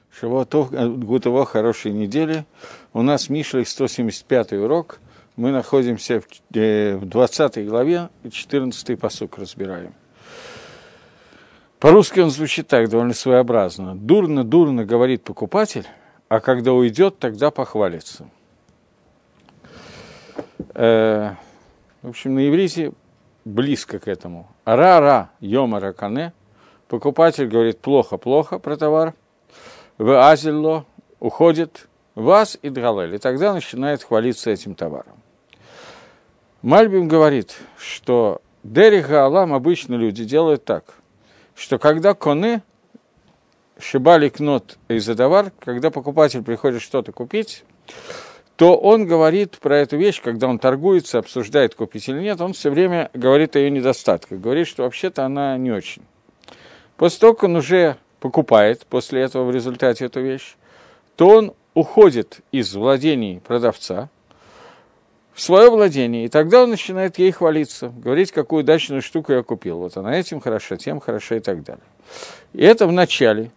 Шавуатов, Гутово, хорошей недели. У нас Мишлей 175-й урок. Мы находимся в 20 главе, 14-й пасук разбираем. По-русски он звучит так, довольно своеобразно. «Дурно, дурно, говорит покупатель, а когда уйдет, тогда похвалится». В общем, на иврите близко к этому. «Ара-ра, йома ракане». Покупатель говорит плохо-плохо про товар. В азилло уходит вас и дгалель, и тогда начинает хвалиться этим товаром. Мальбим говорит, что дерих гаалам обычно люди делают так, что когда коне шибали кнот из-за товар, когда покупатель приходит что-то купить, то он говорит про эту вещь, когда он торгуется, обсуждает, купить или нет, он все время говорит о ее недостатках, говорит, что вообще-то она не очень. После того, как он уже покупает после этого в результате эту вещь, то он уходит из владений продавца в свое владение, и тогда он начинает ей хвалиться, говорить, какую удачную штуку я купил. Вот она этим хороша, тем хороша и так далее. И это в начале.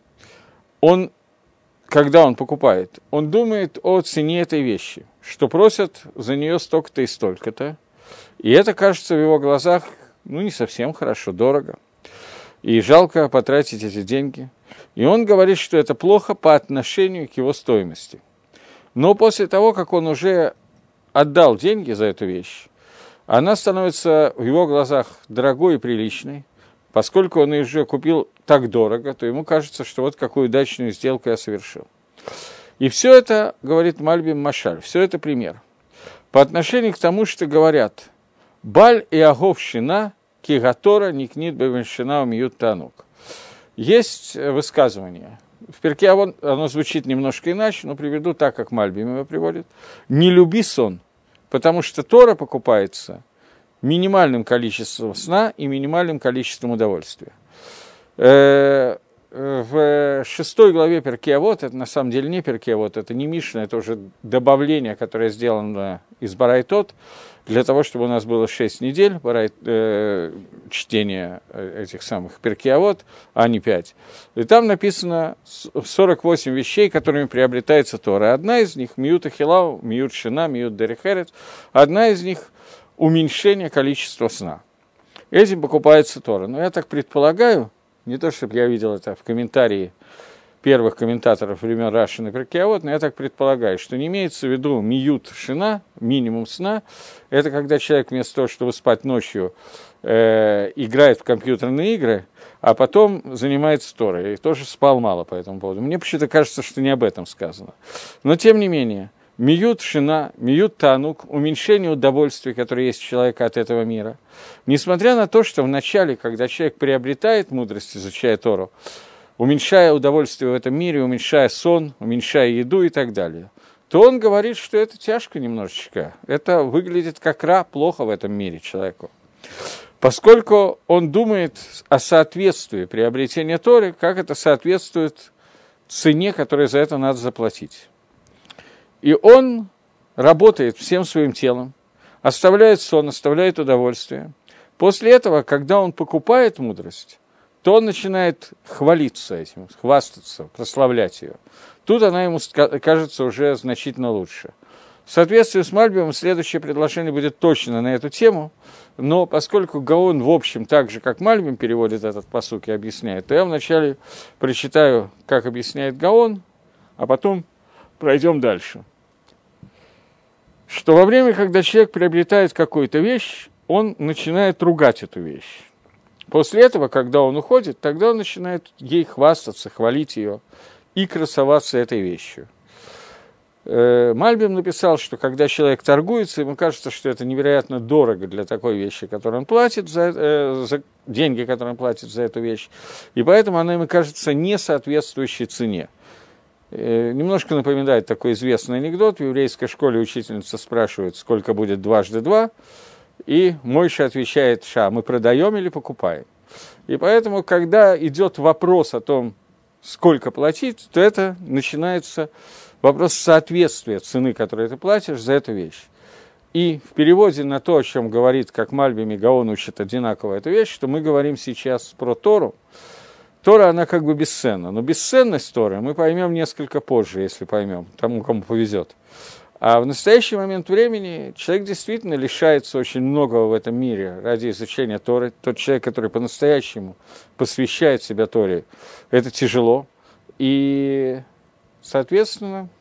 Когда он покупает, он думает о цене этой вещи, что просят за нее столько-то и столько-то. И это кажется в его глазах, не совсем хорошо, дорого. И жалко потратить эти деньги. И он говорит, что это плохо по отношению к его стоимости. Но после того, как он уже отдал деньги за эту вещь, она становится в его глазах дорогой и приличной. Поскольку он ее уже купил так дорого, то ему кажется, что вот какую удачную сделку я совершил. И все это, говорит Мальбим Машаль, все это пример. По отношению к тому, что говорят «Баль и агов шина, кигатора никнит бевеншина умьют танук». Есть высказывание. В перке оно звучит немножко иначе, но приведу так, как Мальбим его приводит. «Не люби сон, потому что Тора покупается минимальным количеством сна и минимальным количеством удовольствия». В 6 главе Перкей Авот, это на самом деле не Перкей Авот, это не Мишна, это уже добавление, которое сделано из Барайтот, для того, чтобы у нас было 6 недель чтения этих самых Перкей Авот, а не 5. И там написано 48 вещей, которыми приобретается Тора. Одна из них – Миют Ахилау, Миют Шина, Миют Дерехерет. Одна из них – уменьшение количества сна. Этим покупается Тора. Но я так предполагаю, не то, чтобы я видел это в комментарии первых комментаторов времен Раши на Перкей Авот, но я так предполагаю, что не имеется в виду миют шина, минимум сна. Это когда человек вместо того, чтобы спать ночью, играет в компьютерные игры, а потом занимается Торой. И тоже спал мало по этому поводу. Мне почему-то кажется, что не об этом сказано. Но тем не менее, миют шина, миют танук, уменьшение удовольствия, которое есть у человека от этого мира. Несмотря на то, что в начале, когда человек приобретает мудрость, изучая Тору, уменьшая удовольствие в этом мире, уменьшая сон, уменьшая еду и так далее, то он говорит, что это тяжко немножечко. Это выглядит как плохо в этом мире человеку. Поскольку он думает о соответствии приобретения Торы, как это соответствует цене, которую за это надо заплатить. И он работает всем своим телом, оставляет сон, оставляет удовольствие. После этого, когда он покупает мудрость, то он начинает хвалиться этим, хвастаться, прославлять ее. Тут она ему кажется уже значительно лучше. В соответствии с Мальбимом следующее предложение будет точно на эту тему, но поскольку Гаон, в общем, так же, как Мальбим переводит этот пасук и объясняет, то я вначале прочитаю, как объясняет Гаон, а потом пройдем дальше. Что во время, когда человек приобретает какую-то вещь, он начинает ругать эту вещь. После этого, когда он уходит, тогда он начинает ей хвастаться, хвалить ее и красоваться этой вещью. Мальбим написал, что когда человек торгуется, ему кажется, что это невероятно дорого для такой вещи, которую он платит, за деньги, которые он платит за эту вещь, и поэтому она ему кажется не соответствующей цене. Немножко напоминает такой известный анекдот. В еврейской школе учительница спрашивает, сколько будет дважды два, и Мойша отвечает, мы продаем или покупаем. И поэтому, когда идет вопрос о том, сколько платить, то это начинается вопрос соответствия цены, которую ты платишь за эту вещь. И в переводе на то, о чем говорит, как Мальбим и Гаон учат одинаково эту вещь, что мы говорим сейчас про Тору, Тора, она как бы бесценна. Но бесценность Торы мы поймем несколько позже, если поймем, тому, кому повезет. А в настоящий момент времени человек действительно лишается очень многого в этом мире ради изучения Торы. Тот человек, который по-настоящему посвящает себя Торе, это тяжело. И, соответственно,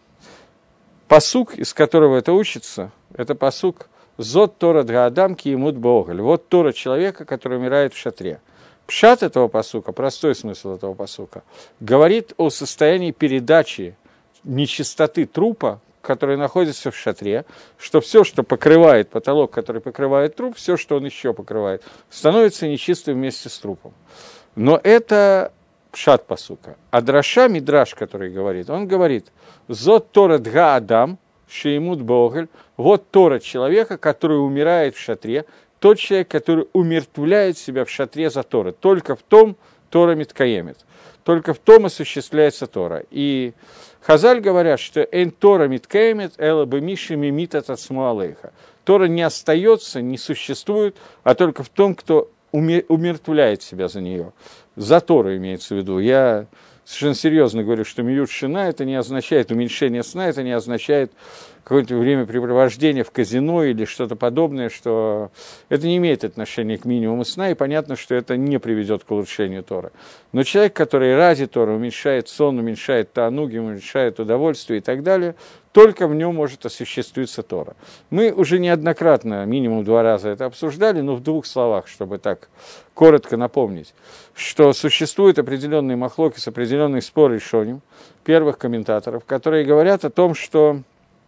пасук, из которого это учится, это пасук «Зот Тора дгаадам киемут боголь». Вот Тора человека, который умирает в шатре. Пшат этого пасука, простой смысл этого пасука, говорит о состоянии передачи нечистоты трупа, который находится в шатре, что все, что покрывает потолок, который покрывает труп, все, что он еще покрывает, становится нечистым вместе с трупом. Но это пшат пасука. А драша, мидраш, который говорит, он говорит, «Зот Тора дга Адам, шеимут боголь», вот Тора человека, который умирает в шатре, тот человек, который умертвляет себя в шатре за Торы. Только в том Тора миткаемит. Только в том осуществляется Тора. И Хазаль говорят, что «Эн Тора миткаемит, эла бы миши мимита тацму алейха». Тора не остается, не существует, а только в том, кто умертвляет себя за нее. За Тору имеется в виду. Я совершенно серьезно говорю, что миют шина, это не означает уменьшение сна, это не означает какое-то времяпрепровождение в казино или что-то подобное, что это не имеет отношения к минимуму сна, и понятно, что это не приведет к улучшению Торы. Но человек, который ради Торы уменьшает сон, уменьшает таануги, уменьшает удовольствие и так далее, только в нем может осуществиться Тора. Мы уже неоднократно, минимум 2 раза это обсуждали, но в 2 словах, чтобы так коротко напомнить, что существуют определенные махлокис, определенные споры решоним, первых комментаторов, которые говорят о том, что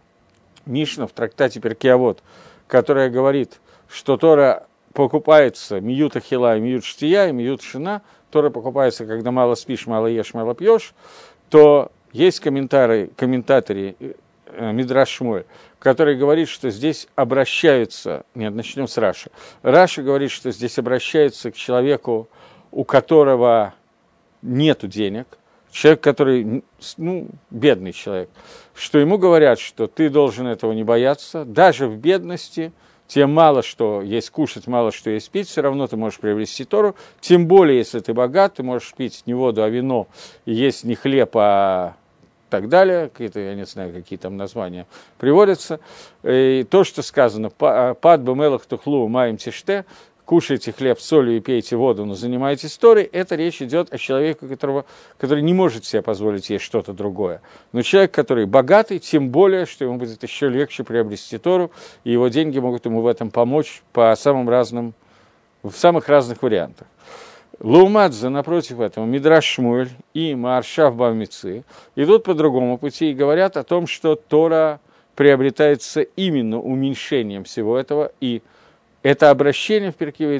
Мишна в трактате Перкей Авот, которая говорит, что Тора покупается миют ахила, миют штия и миют шина, Тора покупается, когда мало спишь, мало ешь, мало пьешь, то есть комментаторы Мидраш Шмуэль, который говорит, что здесь обращаются, нет, начнем с Раши. Раши говорит, что здесь обращаются к человеку, у которого нету денег, человек, который, бедный человек, что ему говорят, что ты должен этого не бояться, даже в бедности, тебе мало что есть кушать, мало что есть пить, все равно ты можешь приобрести Тору, тем более, если ты богат, ты можешь пить не воду, а вино, и есть не хлеб, а так далее, какие-то, я не знаю, какие там названия приводятся. И то, что сказано, «Пад бэмелах тухлу маем тиште», кушайте хлеб с солью и пейте воду, но занимайтесь Торой, это речь идет о человеке, который не может себе позволить есть что-то другое. Но человек, который богатый, тем более, что ему будет еще легче приобрести Тору, и его деньги могут ему в этом помочь в самых разных вариантах. Лаумадзе, напротив этого, Мидраш Шмуэль и Мааршав Бавмицы идут по другому пути и говорят о том, что Тора приобретается именно уменьшением всего этого, и это обращение в Перке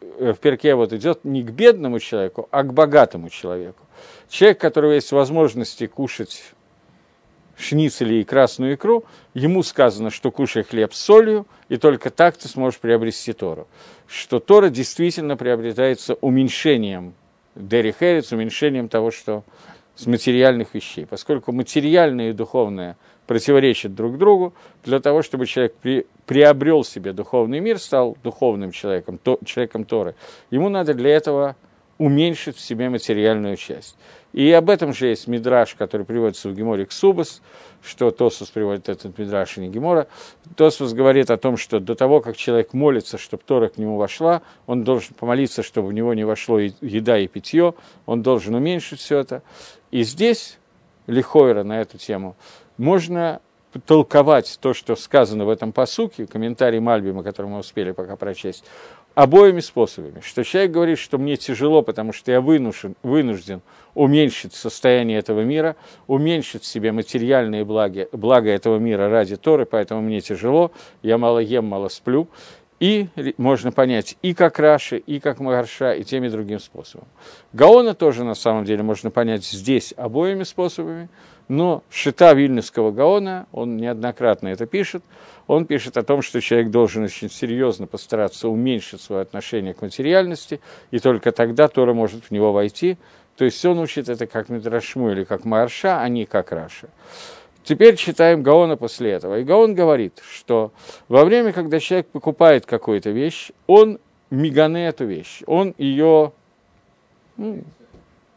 идет не к бедному человеку, а к богатому человеку. Человек, у которого есть возможности кушать шницели и красную икру, ему сказано, что кушай хлеб с солью, и только так ты сможешь приобрести Тору. Что Тора действительно приобретается уменьшением Дери Херец, уменьшением того, что с материальных вещей. Поскольку материальное и духовное противоречат друг другу, для того, чтобы человек приобрел себе духовный мир, стал духовным человеком, человеком Торы, ему надо для этого уменьшить в себе материальную часть. И об этом же есть мидраш, который приводится в Геморе Ксубас, что Тосфос приводит этот мидраш и не Гемора. Тосфос говорит о том, что до того, как человек молится, чтобы Тора к нему вошла, он должен помолиться, чтобы в него не вошло еда и питье, он должен уменьшить все это. И здесь, лихойра на эту тему, можно толковать то, что сказано в этом пасуке, комментарий Мальбима, который мы успели пока прочесть, обоими способами. Что человек говорит, что мне тяжело, потому что я вынужден уменьшить состояние этого мира, уменьшить в себе материальные блага этого мира ради Торы, поэтому мне тяжело, я мало ем, мало сплю. И можно понять и как Раши, и как Магарша, и тем и другим способом. Гаона тоже на самом деле можно понять здесь обоими способами, но Шита Вильнюсского Гаона, он неоднократно это пишет, он пишет о том, что человек должен очень серьезно постараться уменьшить свое отношение к материальности, и только тогда Тора может в него войти. То есть он учит это как Мидраш Шмуэль или как Магарша, а не как Раши. Теперь читаем Гаона после этого. И Гаон говорит, что во время, когда человек покупает какую-то вещь, он мигане эту вещь, он ее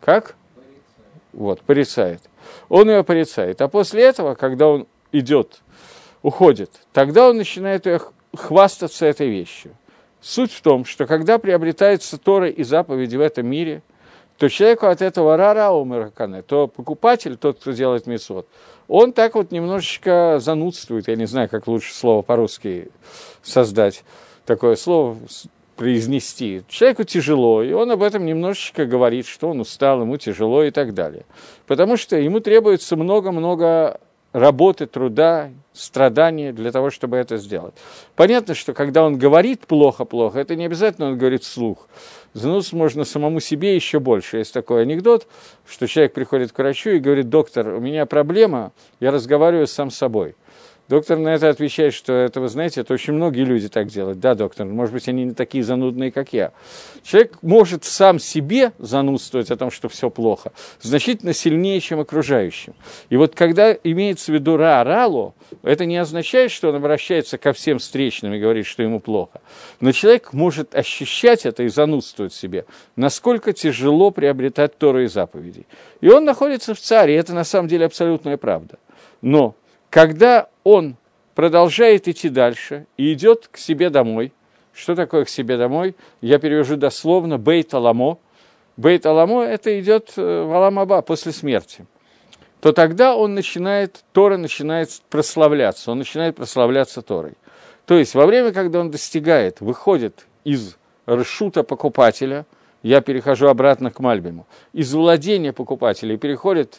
Как? Вот, порицает. Он ее порицает. А после этого, когда он идет, уходит, тогда он начинает хвастаться этой вещью. Суть в том, что когда приобретаются Торы и заповеди в этом мире, то человеку от этого рара умеракане, то покупатель, тот, кто делает мицвот, он так вот немножечко занудствует, я не знаю, как лучше слово по-русски создать, такое слово произнести. Человеку тяжело, и он об этом немножечко говорит, что он устал, ему тяжело и так далее. Потому что ему требуется много-много работы, труда, страдания для того, чтобы это сделать. Понятно, что когда он говорит плохо-плохо, это не обязательно он говорит вслух. Занудствовать можно самому себе еще больше. Есть такой анекдот, что человек приходит к врачу и говорит: доктор, у меня проблема, я разговариваю сам с собой. Доктор на это отвечает, что это, вы знаете, это очень многие люди так делают. Да, доктор, может быть, они не такие занудные, как я. Человек может сам себе занудствовать о том, что все плохо, значительно сильнее, чем окружающим. И вот когда имеется в виду рало, это не означает, что он обращается ко всем встречным и говорит, что ему плохо. Но человек может ощущать это и занудствовать себе, насколько тяжело приобретать Тору и заповеди. И он находится в царе, и это на самом деле абсолютная правда. Но когда он продолжает идти дальше и идет к себе домой, что такое к себе домой? Я перевожу дословно «бейт аламо». «Бейт аламо» – это идет в Алам Аба, после смерти. То тогда Тора начинает прославляться, он начинает прославляться Торой. То есть во время, когда он выходит из ршута покупателя, я перехожу обратно к Мальбиму, из владения покупателя и переходит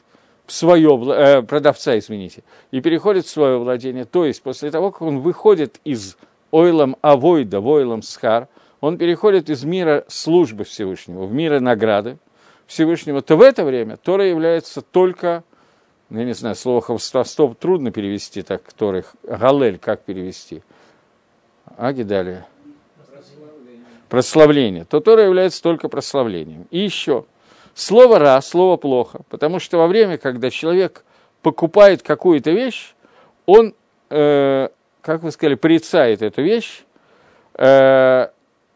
продавца, и переходит в свое владение. То есть, после того, как он выходит из ойлам авойда, в ойлам схар, он переходит из мира службы Всевышнего в мир награды Всевышнего, то в это время Тора является только, я не знаю, слово хвастовство трудно перевести, так, Торы, галель, как перевести? Далее. Прославление. То Тора является только прославлением. И еще. Слово «ра», слово «плохо», потому что во время, когда человек покупает какую-то вещь, он, как вы сказали, порицает эту вещь, то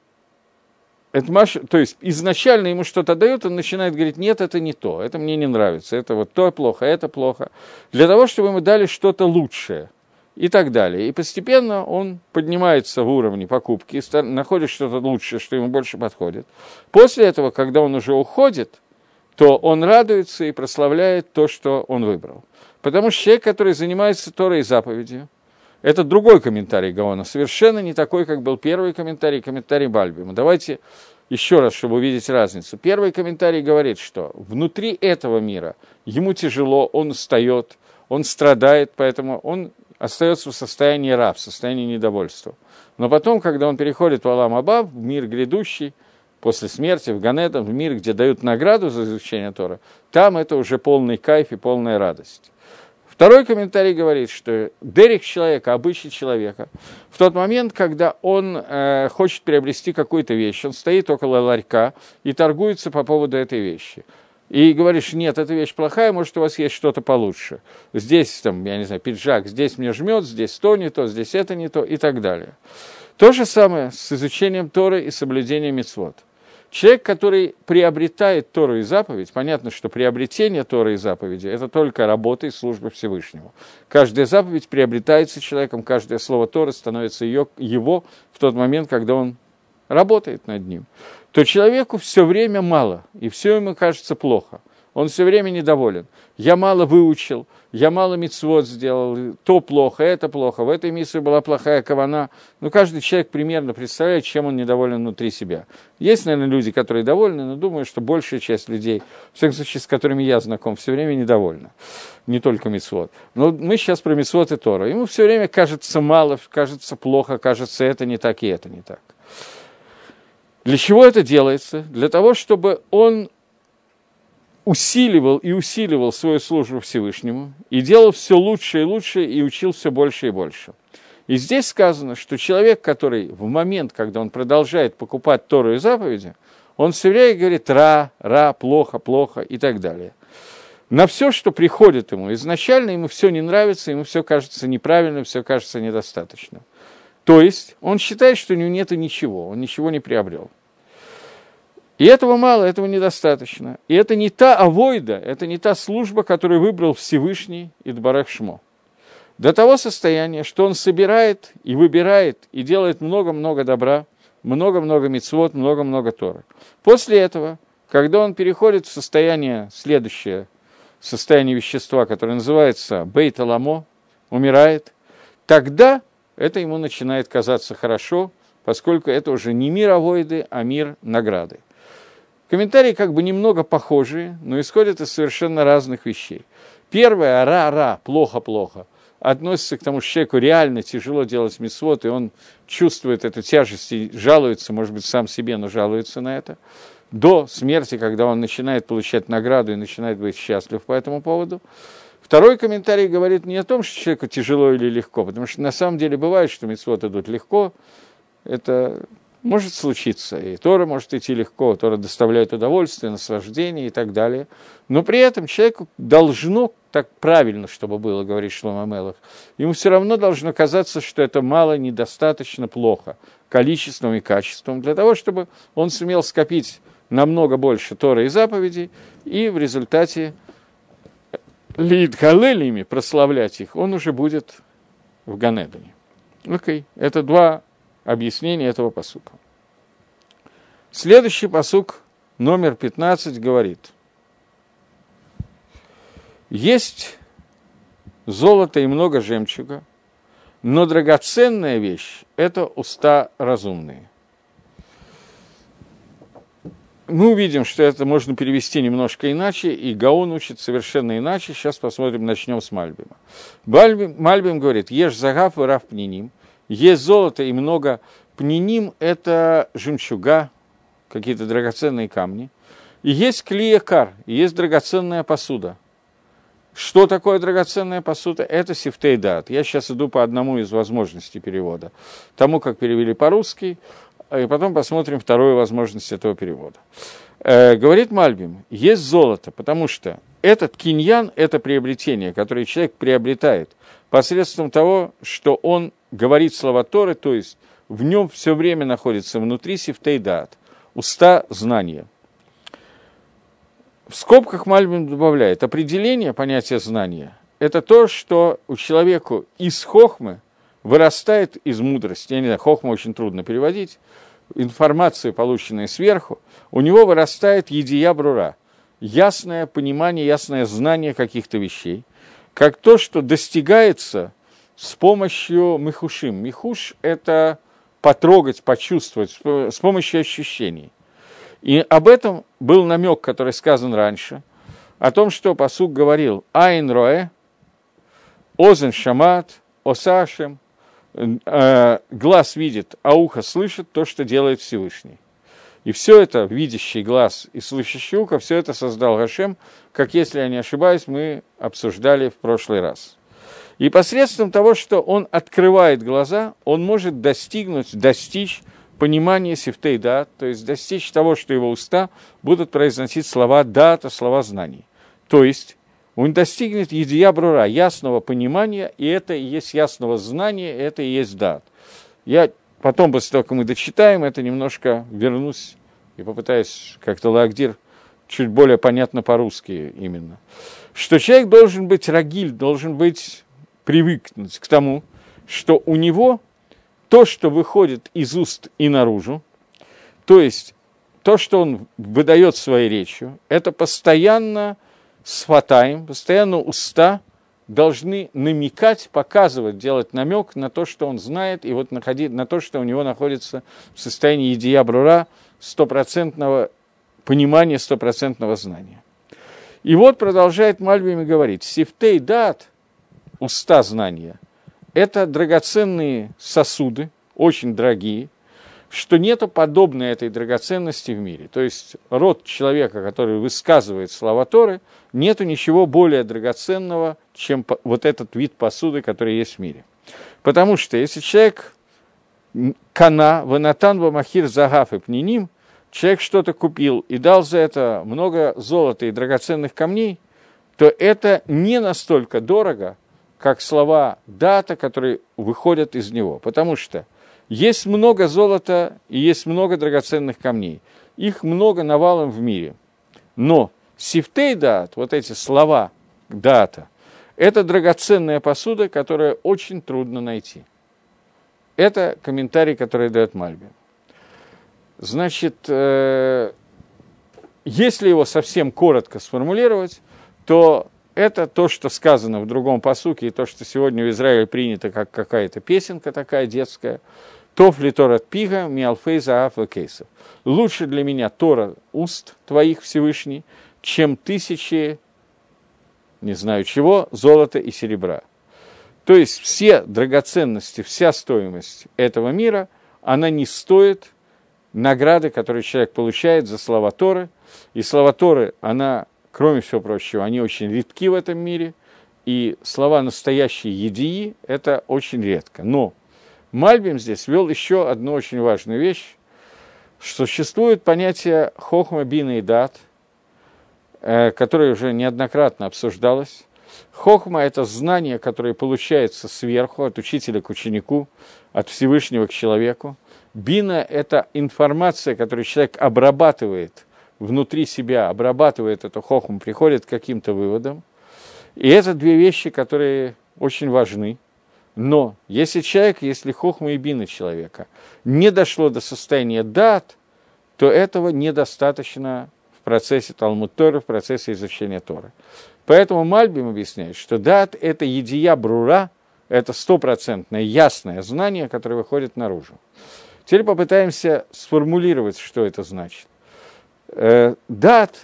есть изначально ему что-то дают, он начинает говорить: нет, это не то, это мне не нравится, это вот то плохо, это плохо, для того, чтобы ему дали что-то лучшее и так далее. И постепенно он поднимается в уровне покупки, находит что-то лучшее, что ему больше подходит. После этого, когда он уже уходит, то он радуется и прославляет то, что он выбрал. Потому что человек, который занимается Торой и заповедью, это другой комментарий Гаона, совершенно не такой, как был первый комментарий, комментарий Бальбима. Давайте еще раз, чтобы увидеть разницу. Первый комментарий говорит, что внутри этого мира ему тяжело, он устает, он страдает, поэтому он остается в состоянии раб, в состоянии недовольства. Но потом, когда он переходит в Алам Аба, в мир грядущий, после смерти, в Ганедон, в мир, где дают награду за изучение Тора, там это уже полный кайф и полная радость. Второй комментарий говорит, что дерек человека, обычай человека, в тот момент, когда он хочет приобрести какую-то вещь, он стоит около ларька и торгуется по поводу этой вещи. И говоришь: нет, эта вещь плохая, может, у вас есть что-то получше. Здесь, там, я не знаю, пиджак, здесь мне жмет, здесь то не то, здесь это не то и так далее. То же самое с изучением Торы и соблюдением мицвот. Человек, который приобретает Тору и заповедь, понятно, что приобретение Торы и заповеди – это только работа и служба Всевышнему. Каждая заповедь приобретается человеком, каждое слово Торы становится его в тот момент, когда он работает над ним. То человеку все время мало, и все ему кажется плохо. Он все время недоволен. Я мало выучил, я мало мицвот сделал, то плохо, это плохо, в этой миссии была плохая кавана. Ну, каждый человек примерно представляет, чем он недоволен внутри себя. Есть, наверное, люди, которые довольны, но думаю, что большая часть людей, в всяком случае, с которыми я знаком, все время недовольна. Не только мицвот. Но мы сейчас про мицвот и Тору. Ему все время кажется мало, кажется плохо, кажется это не так и это не так. Для чего это делается? Для того, чтобы он усиливал свою службу Всевышнему, и делал все лучше и лучше, и учил все больше и больше. И здесь сказано, что человек, который в момент, когда он продолжает покупать Тору и заповеди, он все время говорит «ра», «плохо», «плохо» и так далее. На все, что приходит ему, изначально ему все не нравится, ему все кажется неправильным, все кажется недостаточным. То есть он считает, что у него нет ничего, он ничего не приобрел. И этого мало, этого недостаточно. И это не та авойда, это не та служба, которую выбрал Всевышний Идбарах Шмо. До того состояния, что он собирает и выбирает, и делает много-много добра, много-много мицвот, много-много Торы. После этого, когда он переходит в состояние, следующее состояние вещества, которое называется Бейт Аламо, умирает, тогда это ему начинает казаться хорошо, поскольку это уже не мир авойды, а мир награды. Комментарии как бы немного похожие, но исходят из совершенно разных вещей. Первое, ра-ра, плохо-плохо, относится к тому, что человеку реально тяжело делать мицвот, и он чувствует эту тяжесть и жалуется, может быть, сам себе, но жалуется на это, до смерти, когда он начинает получать награду и начинает быть счастлив по этому поводу. Второй комментарий говорит не о том, что человеку тяжело или легко, потому что на самом деле бывает, что мицвот идут легко, это может случиться, и Тора может идти легко, Тора доставляет удовольствие, наслаждение и так далее, но при этом человеку должно, так правильно, чтобы было, говорит Шломо Мелех, ему все равно должно казаться, что это мало, недостаточно, плохо, количеством и качеством, для того, чтобы он сумел скопить намного больше Торы и заповедей, и в результате лидгалелиями прославлять их, он уже будет в Ганедане. Окей, это два объяснения этого пасука. Следующий пасук, номер 15, говорит: есть золото и много жемчуга, но драгоценная вещь – это уста разумные. Мы увидим, что это можно перевести немножко иначе, и Гаон учит совершенно иначе. Сейчас посмотрим, начнем с Мальбима. Мальбим говорит: ешь загав и рав пниним. Есть золото и много пниним, это жемчуга, какие-то драгоценные камни. И есть клиекар, есть драгоценная посуда. Что такое драгоценная посуда? Это сифтей дат. Я сейчас иду по одному из возможностей перевода. Тому, как перевели по-русски, и потом посмотрим вторую возможность этого перевода. Говорит Мальбим, есть золото, потому что этот киньян, это приобретение, которое человек приобретает посредством того, что он говорит слова Торы, то есть в нем все время находится внутри сифтей дат, уста знания. В скобках Мальбим добавляет, определение понятия знания – это то, что у человека из хохмы вырастает из мудрости. Я не знаю, хохма очень трудно переводить. Информация, полученная сверху, у него вырастает едия брура, ясное понимание, ясное знание каких-то вещей, как то, что достигается с помощью михушим. Михуш – это потрогать, почувствовать, с помощью ощущений. И об этом был намек, который сказан раньше, о том, что пасук говорил «Айн роэ», «Озен шамат», «Осашем», глаз видит, а ухо слышит то, что делает Всевышний. И все это, видящий глаз и слышащий ухо, все это создал Гашем, как, если я не ошибаюсь, мы обсуждали в прошлый раз. И посредством того, что он открывает глаза, он может достичь понимания сифтей дат, то есть достичь того, что его уста будут произносить слова дата, слова знаний. То есть он достигнет едия брура, ясного понимания, и это и есть ясного знания, это и есть дат. Я потом, после того, как мы дочитаем, это немножко вернусь и попытаюсь как-то лагдир чуть более понятно по-русски именно. Что человек должен быть рагиль, должен быть привыкнуть к тому, что у него то, что выходит из уст и наружу, то есть то, что он выдает своей речью, это постоянно сфатаем, постоянно уста должны намекать, показывать, делать намек на то, что он знает, и вот на то, что у него находится в состоянии едия брура, стопроцентного понимания, стопроцентного знания. И вот продолжает Мальбим и говорит, сифтей дат, уста знания, это драгоценные сосуды, очень дорогие, что нету подобной этой драгоценности в мире. То есть род человека, который высказывает слова Торы, нету ничего более драгоценного, чем вот этот вид посуды, который есть в мире. Потому что если человек кана, ванатан вамахир загав и пниним, человек что-то купил и дал за это много золота и драгоценных камней, то это не настолько дорого, как слова дата, которые выходят из него. Потому что есть много золота и есть много драгоценных камней. их много навалом в мире. Но сифтей даат, вот эти слова даата, это драгоценная посуда, которую очень трудно найти. Это комментарий, который дает Мальбим. Значит, если его совсем коротко сформулировать, то это то, что сказано в другом пасуке, и то, что сегодня в Израиле принято как какая-то песенка такая детская. «Тов ли Тора пига, миалфей зааф кейсов». «Лучше для меня Тора уст твоих, Всевышний, чем тысячи, не знаю чего, золота и серебра». То есть все драгоценности, вся стоимость этого мира, она не стоит награды, которую человек получает за слова Торы. И слова Торы, она, кроме всего прочего, они очень редки в этом мире. И слова настоящие едии – это очень редко. Но Мальбим здесь ввел еще одну очень важную вещь, что существует понятие хохма, бина и дат, которое уже неоднократно обсуждалось. Хохма – это знание, которое получается сверху, от учителя к ученику, от Всевышнего к человеку. Бина – это информация, которую человек обрабатывает внутри себя, обрабатывает эту хохму, приходит к каким-то выводам. И это две вещи, которые очень важны. Но если хохма и бина человека не дошло до состояния дат, то этого недостаточно в процессе Талмуд Торы, в процессе изучения Торы. Поэтому Мальбим объясняет, что дат – это едия брура, это стопроцентное ясное знание, которое выходит наружу. Теперь попытаемся сформулировать, что это значит. Дат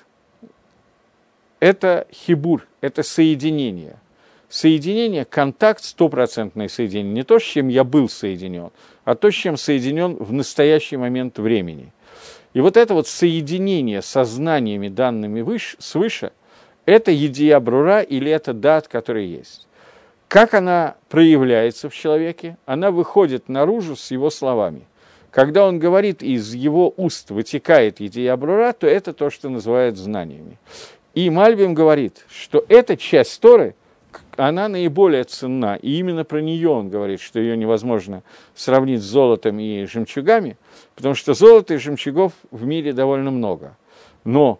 – это хибур, это соединение. Соединение, контакт, стопроцентное соединение. Не то, с чем я был соединен, а то, с чем соединен в настоящий момент времени. И вот это вот соединение со знаниями, данными свыше, это едия брура или это дат, который есть. Как она проявляется в человеке? Она выходит наружу с его словами. Когда он говорит, из его уст вытекает едия брура, то это то, что называют знаниями. И Мальбим говорит, что эта часть Торы, она наиболее ценна, и именно про нее он говорит, что ее невозможно сравнить с золотом и жемчугами, потому что золота и жемчугов в мире довольно много. Но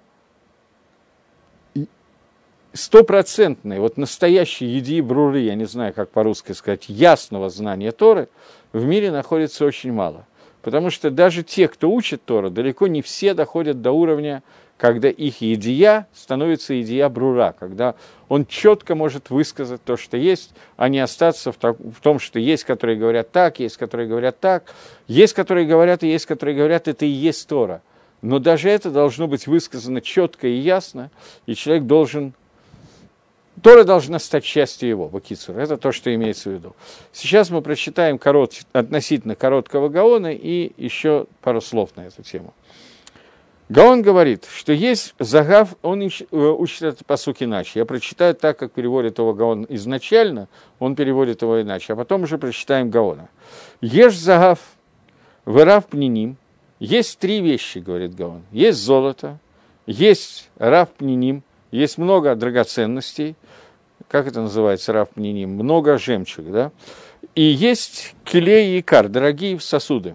стопроцентной, вот настоящей едии бруры, я не знаю, как по-русски сказать, ясного знания Торы в мире находится очень мало. Потому что даже те, кто учит Тору, далеко не все доходят до уровня, когда их едия становится едия брура, когда он четко может высказать то, что есть, а не остаться в том, что есть, которые говорят так, есть, которые говорят так, есть, которые говорят, и есть, которые говорят, это и есть Тора. Но даже это должно быть высказано четко и ясно, и человек должен... Тора должна стать частью его, бакицур. Это то, что имеется в виду. Сейчас мы прочитаем относительно короткого Гаона и еще пару слов на эту тему. Гаон говорит, что есть загав, он учит этот пасук иначе. Я прочитаю так, как переводит его Гаон изначально, он переводит его иначе, а потом уже прочитаем Гаона. Ешь загав, вырав пниним. Есть три вещи, говорит Гаон. Есть золото, есть рав пниним, есть много драгоценностей, как это называется, рав пниним, много жемчуг, да? И есть келей и икар, дорогие сосуды.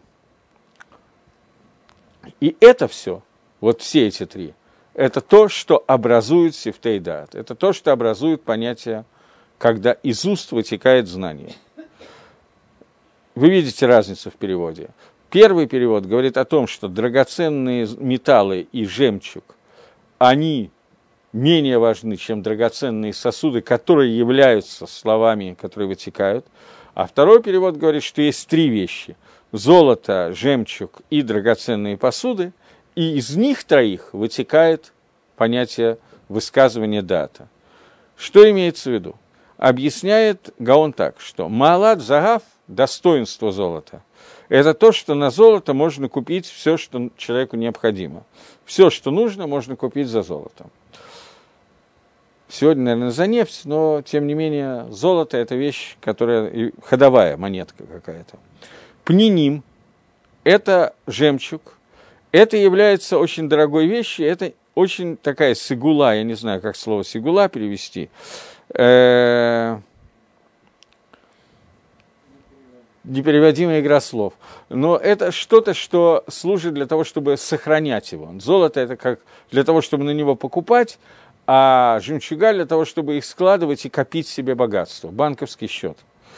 И это все, вот все эти три, это то, что образует сифтей даат, это то, что образует понятие, когда из уст вытекает знание. Вы видите разницу в переводе. Первый перевод говорит о том, что драгоценные металлы и жемчуг, они менее важны, чем драгоценные сосуды, которые являются словами, которые вытекают. А второй перевод говорит, что есть три вещи – золото, жемчуг и драгоценные посуды, и из них троих вытекает понятие высказывания дата. Что имеется в виду? Объясняет Гаон так, что маалат загав – достоинство золота. Это то, что на золото можно купить все, что человеку необходимо. Все, что нужно, можно купить за золото. Сегодня, наверное, за нефть, но, тем не менее, золото – это вещь, которая ходовая монетка какая-то. Пниним – это жемчуг. Это является очень дорогой вещью, это очень такая сигула, я не знаю, как слово сигула перевести. непереводимая игра слов. Но это что-то, что служит для того, чтобы сохранять его. Золото – это как для того, чтобы на него покупать, а жемчуга для того, чтобы их складывать и копить себе богатство. Банковский счет,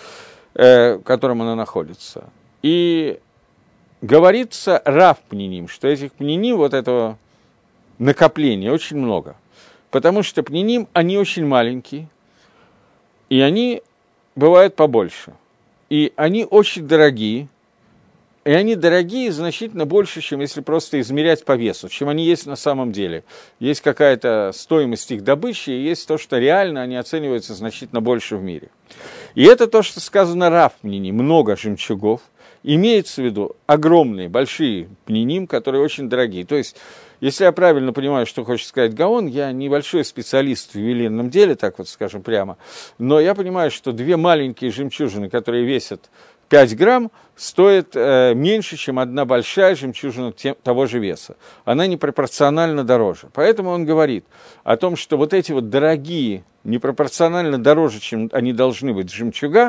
в котором оно находится. И говорится рав пниним, что этих пниним, вот этого накопления, очень много. Потому что пниним, они очень маленькие, и они бывают побольше. И они очень дорогие, и они дорогие значительно больше, чем если просто измерять по весу, чем они есть на самом деле. Есть какая-то стоимость их добычи, и есть то, что реально они оцениваются значительно больше в мире. И это то, что сказано рав пниним, много жемчугов, имеется в виду огромные, большие пниним, которые очень дорогие. То есть, если я правильно понимаю, что хочет сказать Гаон, я небольшой специалист в ювелирном деле, так вот скажем прямо, но я понимаю, что две маленькие жемчужины, которые весят 5 грамм, стоят меньше, чем одна большая жемчужина того же веса. Она непропорционально дороже. Поэтому он говорит о том, что вот эти вот дорогие, непропорционально дороже, чем они должны быть, жемчуга,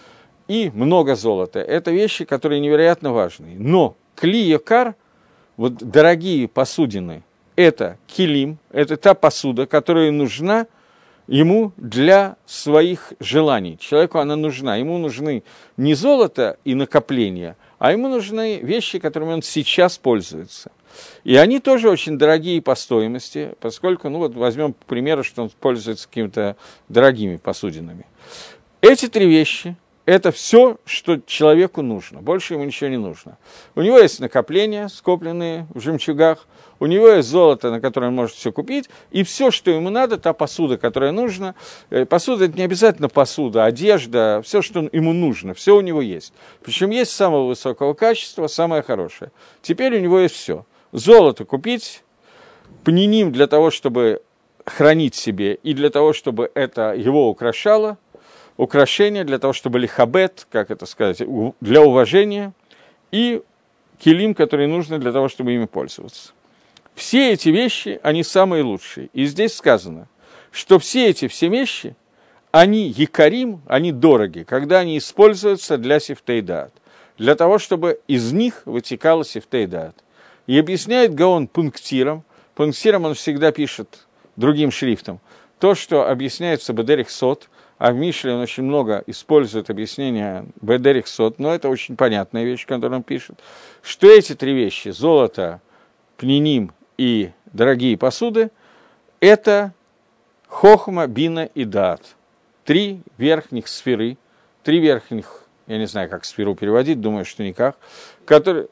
и много золота. Это вещи, которые невероятно важны. Но кли якар, вот дорогие посудины, это килим, это та посуда, которая нужна ему для своих желаний. Человеку она нужна. Ему нужны не золото и накопления, а ему нужны вещи, которыми он сейчас пользуется. И они тоже очень дорогие по стоимости, поскольку, ну вот возьмем, к примеру, что он пользуется какими-то дорогими посудинами. Эти три вещи – это все, что человеку нужно, больше ему ничего не нужно. У него есть накопления, скопленные в жемчугах, у него есть золото, на которое он может все купить, и все, что ему надо, та посуда, которая нужна. Посуда – это не обязательно посуда, одежда, все, что ему нужно, все у него есть. Причем есть самого высокого качества, самое хорошее. Теперь у него есть все. Золото купить, пниним для того, чтобы хранить себе, и для того, чтобы это его украшало, украшения для того, чтобы лихабет, как это сказать, для уважения, и килим, которые нужны для того, чтобы ими пользоваться. Все эти вещи, они самые лучшие. И здесь сказано, что все вещи, они якарим, они дороги, когда они используются для сифтей-даат, для того, чтобы из них вытекало сифтей-даат. И объясняет Гаон пунктиром. Пунктиром он всегда пишет другим шрифтом. То, что объясняется бедерих сот, а в Мишле он очень много использует объяснения бедерих сот, но это очень понятная вещь, которую он пишет, что эти три вещи, золото, пниним и дорогие посуды, это хохма, бина и даат. Три верхних сферы, три верхних, я не знаю, как сферу переводить, думаю, что никак, которые...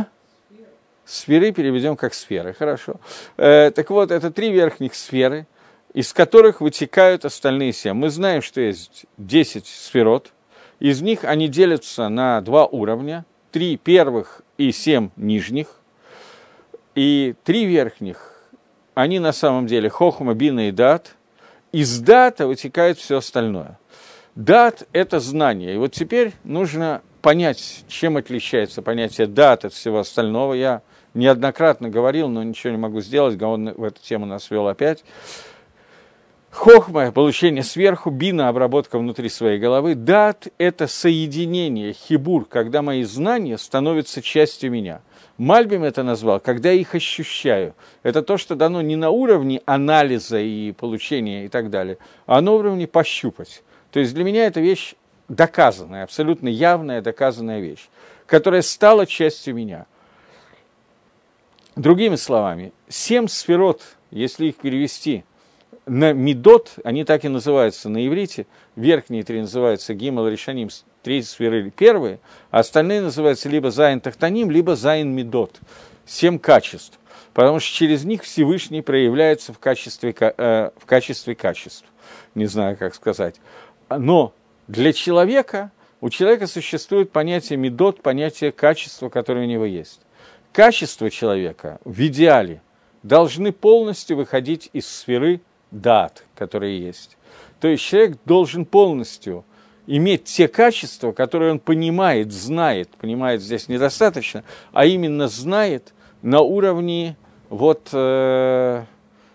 Сферы переведем как сферы, хорошо. Так вот, это три верхних сферы, из которых вытекают остальные 7. Мы знаем, что есть 10 сферот, из них они делятся на 2 уровня, 3 первых и 7 нижних, и 3 верхних, они на самом деле хохма, бина и дат, из дата вытекает все остальное. Дат – это знание, и вот теперь нужно понять, чем отличается понятие дат от всего остального. Я неоднократно говорил, но ничего не могу сделать, Гаон в эту тему нас вел опять. Хохма – получение сверху, бина – обработка внутри своей головы, дат – это соединение, хибур, когда мои знания становятся частью меня. Мальбим это назвал, когда я их ощущаю. Это то, что дано не на уровне анализа и получения и так далее, а на уровне пощупать. То есть для меня это вещь доказанная, абсолютно явная доказанная вещь, которая стала частью меня. Другими словами, 7 сферот, если их перевести на мидот, они так и называются на иврите, верхние 3 называются гимал решаним, 3 сферы первые, а остальные называются либо зайн тахтаним, либо зайн мидот, 7 качеств, потому что через них Всевышний проявляется в качестве качеств, не знаю, как сказать. Но для человека, у человека существует понятие мидот, понятие качества, которое у него есть. Качества человека в идеале должны полностью выходить из сферы дат, которые есть. То есть человек должен полностью иметь те качества, которые он понимает, знает, понимает здесь недостаточно, а именно знает на уровне, он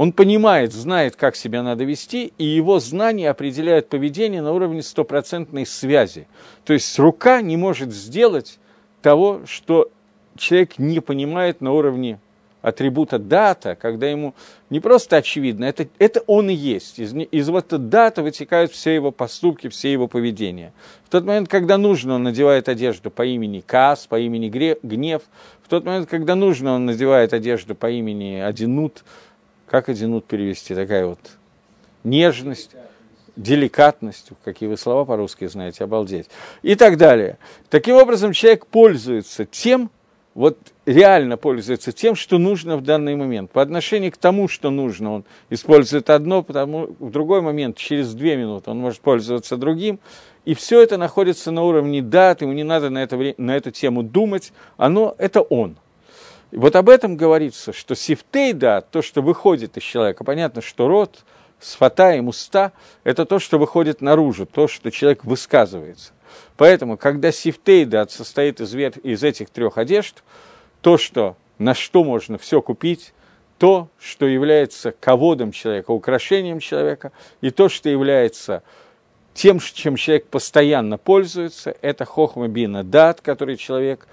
Он понимает, знает, как себя надо вести, и его знания определяют поведение на уровне стопроцентной связи. То есть рука не может сделать того, что человек не понимает на уровне атрибута дата, когда ему не просто очевидно, это он и есть. Из вот дата вытекают все его поступки, все его поведения. В тот момент, когда нужно, он надевает одежду по имени Каас, по имени Гнев. В тот момент, когда нужно, он надевает одежду по имени Одинут. Как одинут перевести? Такая вот нежность, деликатность, какие вы слова по-русски знаете, обалдеть, и так далее. Таким образом, человек пользуется тем, вот реально пользуется тем, что нужно в данный момент. По отношению к тому, что нужно, он использует одно, потому в другой момент, через 2 минуты, он может пользоваться другим. И все это находится на уровне дат, ему не надо на эту тему думать, это он. И вот об этом говорится, что сифтей дат, то, что выходит из человека, понятно, что рот, сфата и уста – это то, что выходит наружу, то, что человек высказывается. Поэтому, когда сифтей дат состоит из этих 3 одежд, то, на что можно все купить, то, что является ководом человека, украшением человека, и то, что является тем, чем человек постоянно пользуется, это хохма бина дат, который человек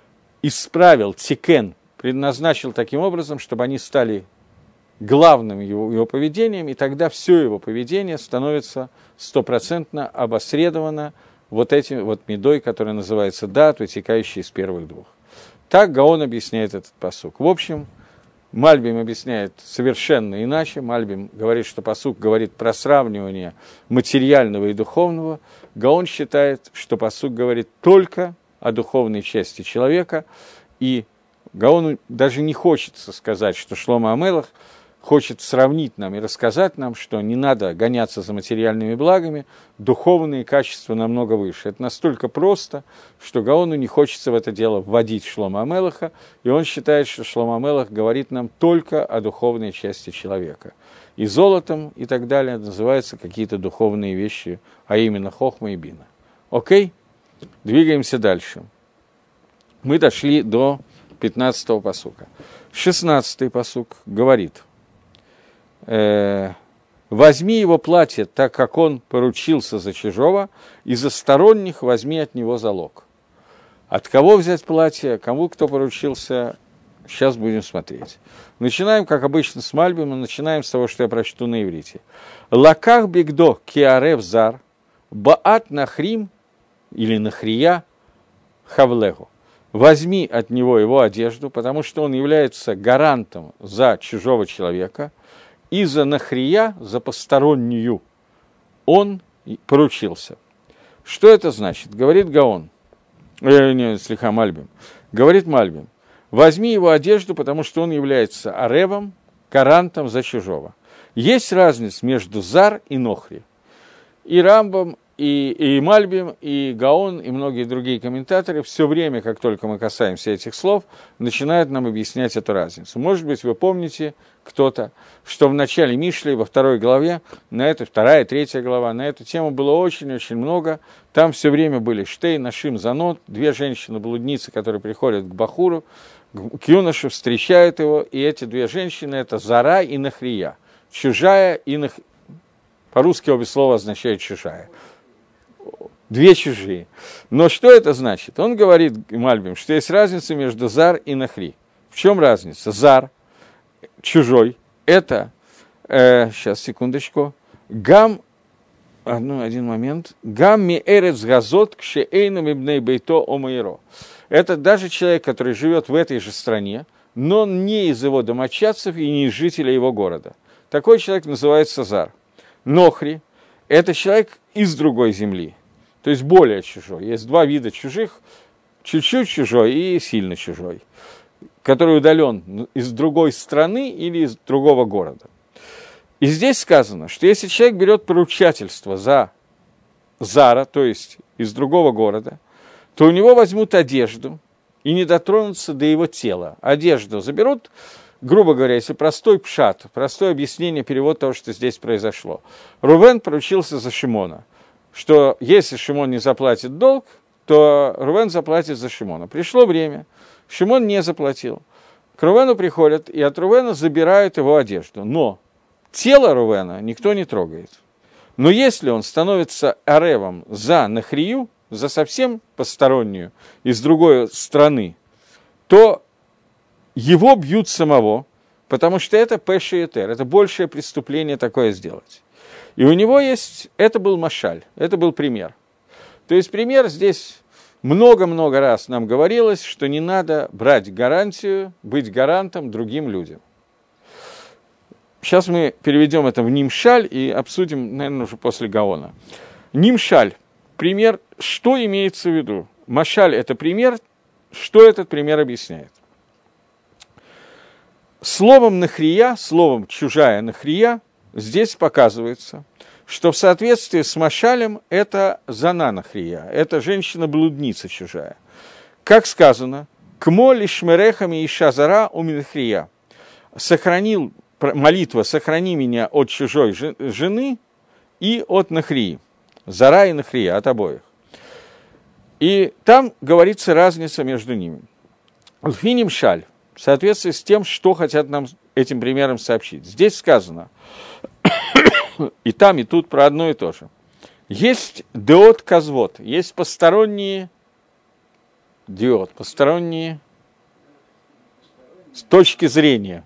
исправил, тикен, предназначил таким образом, чтобы они стали главным его поведением, и тогда все его поведение становится стопроцентно обосредовано вот этим вот мидой, который называется дат, вытекающий из первых 2. Так Гаон объясняет этот пасук. В общем, Мальбим объясняет совершенно иначе. Мальбим говорит, что пасук говорит про сравнивание материального и духовного. Гаон считает, что пасук говорит только о духовной части человека, и Гаону даже не хочется сказать, что Шломо ха-Мелех хочет сравнить нам и рассказать нам, что не надо гоняться за материальными благами, духовные качества намного выше. Это настолько просто, что Гаону не хочется в это дело вводить Шломо ха-Мелеха, и он считает, что Шломо ха-Мелех говорит нам только о духовной части человека. И золотом и так далее называются какие-то духовные вещи, а именно хохма и бина. Окей? Двигаемся дальше. Мы дошли до 15-го пасука. 16-й пасук говорит: «Возьми его платье, так как он поручился за чужого, и за сторонних возьми от него залог». От кого взять платье, кому кто поручился, сейчас будем смотреть. Начинаем, как обычно, с Мальбима, начинаем с того, что я прочту на иврите. «Лаках бигдо киарев зар, баат нахрим» или нахрия хавлегу. Возьми от него его одежду, потому что он является гарантом за чужого человека, и за нахрия, за постороннюю, он поручился. Что это значит? Говорит Гаон, Мальбим. Говорит Мальбим: возьми его одежду, потому что он является аревом, гарантом за чужого. Есть разница между зар и нохри. И Рамбам, и Мальбим, и Гаон, и многие другие комментаторы все время, как только мы касаемся этих слов, начинают нам объяснять эту разницу. Может быть, вы помните кто-то, что в начале Мишли, во 2 главе, вторая, 3 глава, на эту тему было очень-очень много. Там все время были Штей, Нашим, Занот, 2 женщины-блудницы, которые приходят к Бахуру, к юноше, встречают его, и эти 2 женщины – это Зара и Нахрия. Чужая и Нахрия. По-русски обе слова означают «чужая». 2 чужие. Но что это значит? Он говорит, Мальбим, что есть разница между зар и нахри. В чем разница? Зар, чужой, это, сейчас, секундочку, один момент, гам ми эрец газот к шеэйну мибней бейто омаиро. Это даже человек, который живет в этой же стране, но не из его домочадцев и не из жителей его города. Такой человек называется зар. Нохри – это человек из другой земли, то есть более чужой. Есть 2 вида чужих, чуть-чуть чужой и сильно чужой, который удален из другой страны или из другого города. И здесь сказано, что если человек берет поручательство за зара, то есть из другого города, то у него возьмут одежду и не дотронутся до его тела. Одежду заберут, грубо говоря, если простой пшат, простое объяснение, перевод того, что здесь произошло. Рувен поручился за Шимона, что если Шимон не заплатит долг, то Рувен заплатит за Шимона. Пришло время, Шимон не заплатил. К Рувену приходят, и от Рувена забирают его одежду. Но тело Рувена никто не трогает. Но если он становится аревом за нахрию, за совсем постороннюю из другой страны, то его бьют самого, потому что это пэшиэтер, это большее преступление такое сделать. И у него есть, это был машаль, это был пример. То есть пример здесь много-много раз нам говорилось, что не надо брать гарантию, быть гарантом другим людям. Сейчас мы переведем это в нимшаль и обсудим, наверное, уже после Гаона. Нимшаль, пример, что имеется в виду? Машаль – это пример, что этот пример объясняет? Словом нахрия, словом чужая нахрия, здесь показывается, что в соответствии с машалем это зана нахрия, это женщина-блудница чужая. Как сказано, «Кмо лишмерехами и шазара у минахрия» сохранил, молитва «Сохрани меня от чужой жены и от нахрии». Зара и нахрия, от обоих. И там говорится разница между ними. Лфиним шаль, в соответствии с тем, что хотят нам этим примером сообщить. Здесь сказано, и там, и тут про одно и то же. Есть деот казвот, есть посторонние диод, посторонние с точки зрения.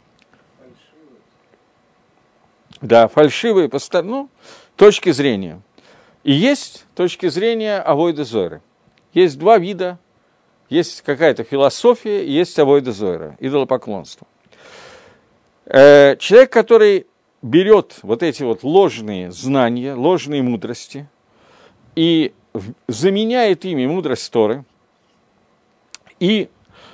Да, фальшивые, точки зрения. И есть точки зрения авойда зойры. Есть два вида, есть какая-то философия, есть авойда зойра, идолопоклонство. Человек, который берет вот эти вот ложные знания, ложные мудрости и заменяет ими мудрость Торы и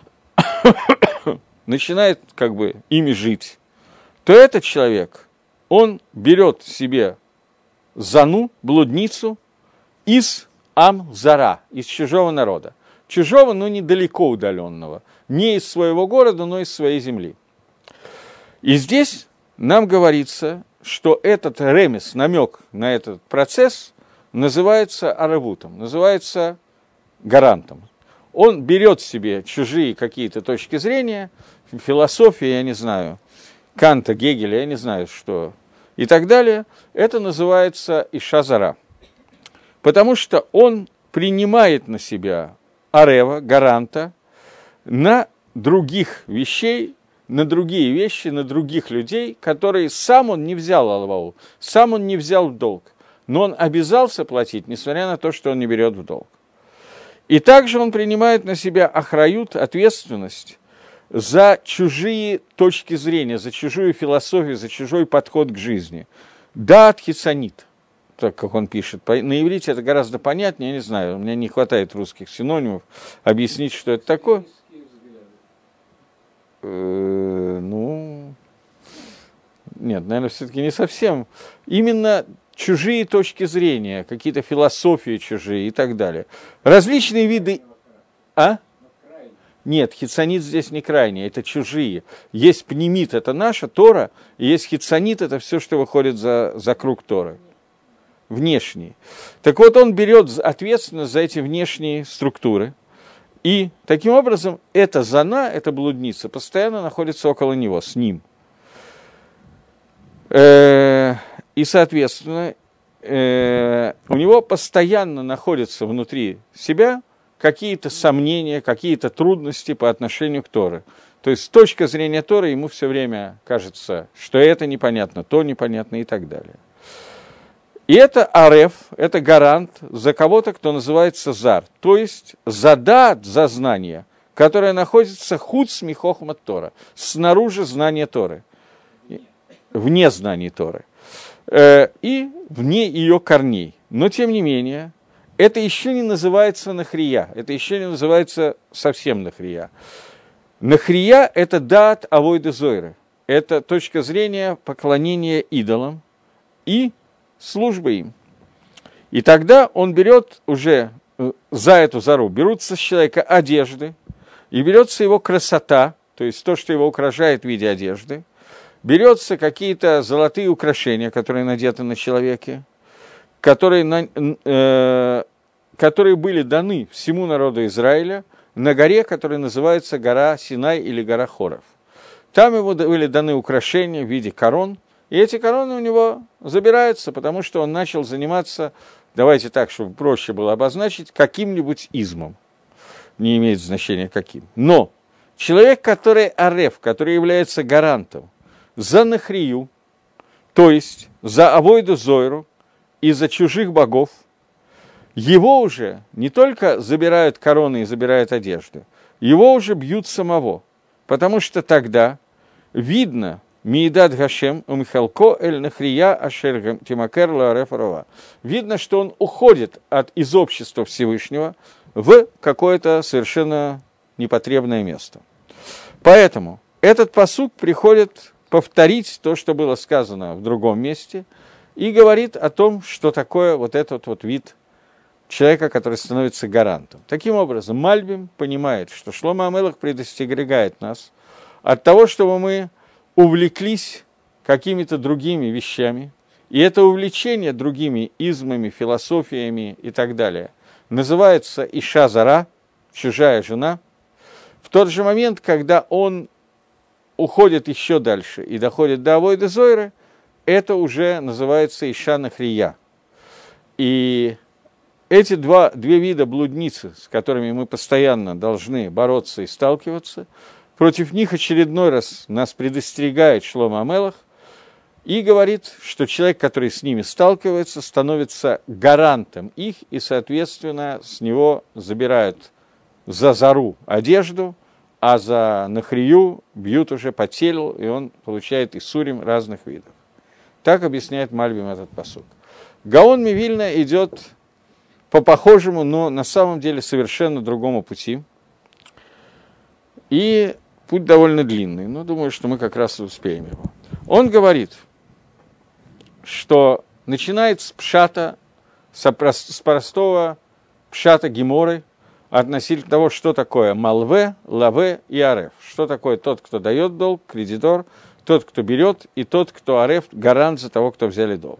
начинает как бы ими жить, то этот человек, он берет себе зану, блудницу, из Ам-Зара, из чужого народа. Чужого, но недалеко удаленного. Не из своего города, но из своей земли. И здесь нам говорится, что этот ремес, намек на этот процесс, называется аравутом, называется гарантом. Он берет себе чужие какие-то точки зрения, философии, я не знаю, Канта, Гегеля, я не знаю, что, и так далее. Это называется ишазара. Потому что он принимает на себя арева, гаранта, на других вещей, на другие вещи, на других людей, которые сам он не взял алвау, сам он не взял в долг, но он обязался платить, несмотря на то, что он не берет в долг. И также он принимает на себя ахрают, ответственность за чужие точки зрения, за чужую философию, за чужой подход к жизни. Даат хисанит, так как он пишет. На иврите это гораздо понятнее, я не знаю, у меня не хватает русских синонимов объяснить, что это такое. Нет, наверное, все-таки не совсем. Именно чужие точки зрения, какие-то философии чужие и так далее. Различные виды... Нет, хитсонит здесь не крайний, это чужие. Есть пнемит, это наша Тора, и есть хитсонит, это все, что выходит за круг Торы. Внешние. Так вот, он берет ответственность за эти внешние структуры, и таким образом эта зана, эта блудница, постоянно находится около него, с ним. И, соответственно, у него постоянно находятся внутри себя какие-то сомнения, какие-то трудности по отношению к Торе. То есть с точки зрения Торы ему все время кажется, что это непонятно, то непонятно и так далее. И это ареф, это гарант за кого-то, кто называется зар, то есть задат за знание, которое находится хуц михохмат Тора, снаружи знания Торы, вне знаний Торы, и вне ее корней. Но тем не менее, это еще не называется нахрия, это еще не называется совсем нахрия. Нахрия – это дат авойда зойры, это точка зрения поклонения идолам и службы им. И тогда он берет уже за эту зару, берутся с человека одежды, и берется его красота, то есть то, что его украшает в виде одежды, берется какие-то золотые украшения, которые надеты на человеке, которые были даны всему народу Израиля на горе, которая называется гора Синай или гора Хоров. Там ему были даны украшения в виде корон И эти короны у него забираются, потому что он начал заниматься, давайте так, чтобы проще было обозначить, каким-нибудь измом. Не имеет значения каким. Но человек, который ареф, который является гарантом за нахрию, то есть за авойду зойру и за чужих богов, его уже не только забирают короны и забирают одежду, его уже бьют самого, потому что тогда видно «Миидат Гашем умихалко эль нахрия ашер тимакер лаареф арова». Видно, что он уходит из общества Всевышнего в какое-то совершенно непотребное место. Поэтому этот пасук приходит повторить то, что было сказано в другом месте, и говорит о том, что такое вот этот вот вид человека, который становится гарантом. Таким образом, Мальбим понимает, что Шломо ха-Мелех предостерегает нас от того, чтобы мы увлеклись какими-то другими вещами, и это увлечение другими измами, философиями и так далее называется Иша Зара, чужая жена, в тот же момент, когда он уходит еще дальше и доходит до авойды зойры, это уже называется Иша Нахрия. И эти две вида блудницы, с которыми мы постоянно должны бороться и сталкиваться, против них очередной раз нас предостерегает Шломо ха-Мелех и говорит, что человек, который с ними сталкивается, становится гарантом их, и, соответственно, с него забирают за зару одежду, а за нахрию бьют уже по телу, и он получает исурим разных видов. Так объясняет Мальбим этот пасук. Гаон Мивильна идет по похожему, но на самом деле совершенно другому пути. И путь довольно длинный, но думаю, что мы как раз успеем его. Он говорит, что начинает с пшата, с простого пшата Геморы, относительно того, что такое малве, лаве и ареф. Что такое тот, кто дает долг, кредитор, тот, кто берет, и тот, кто ареф, гарант за того, кто взяли долг.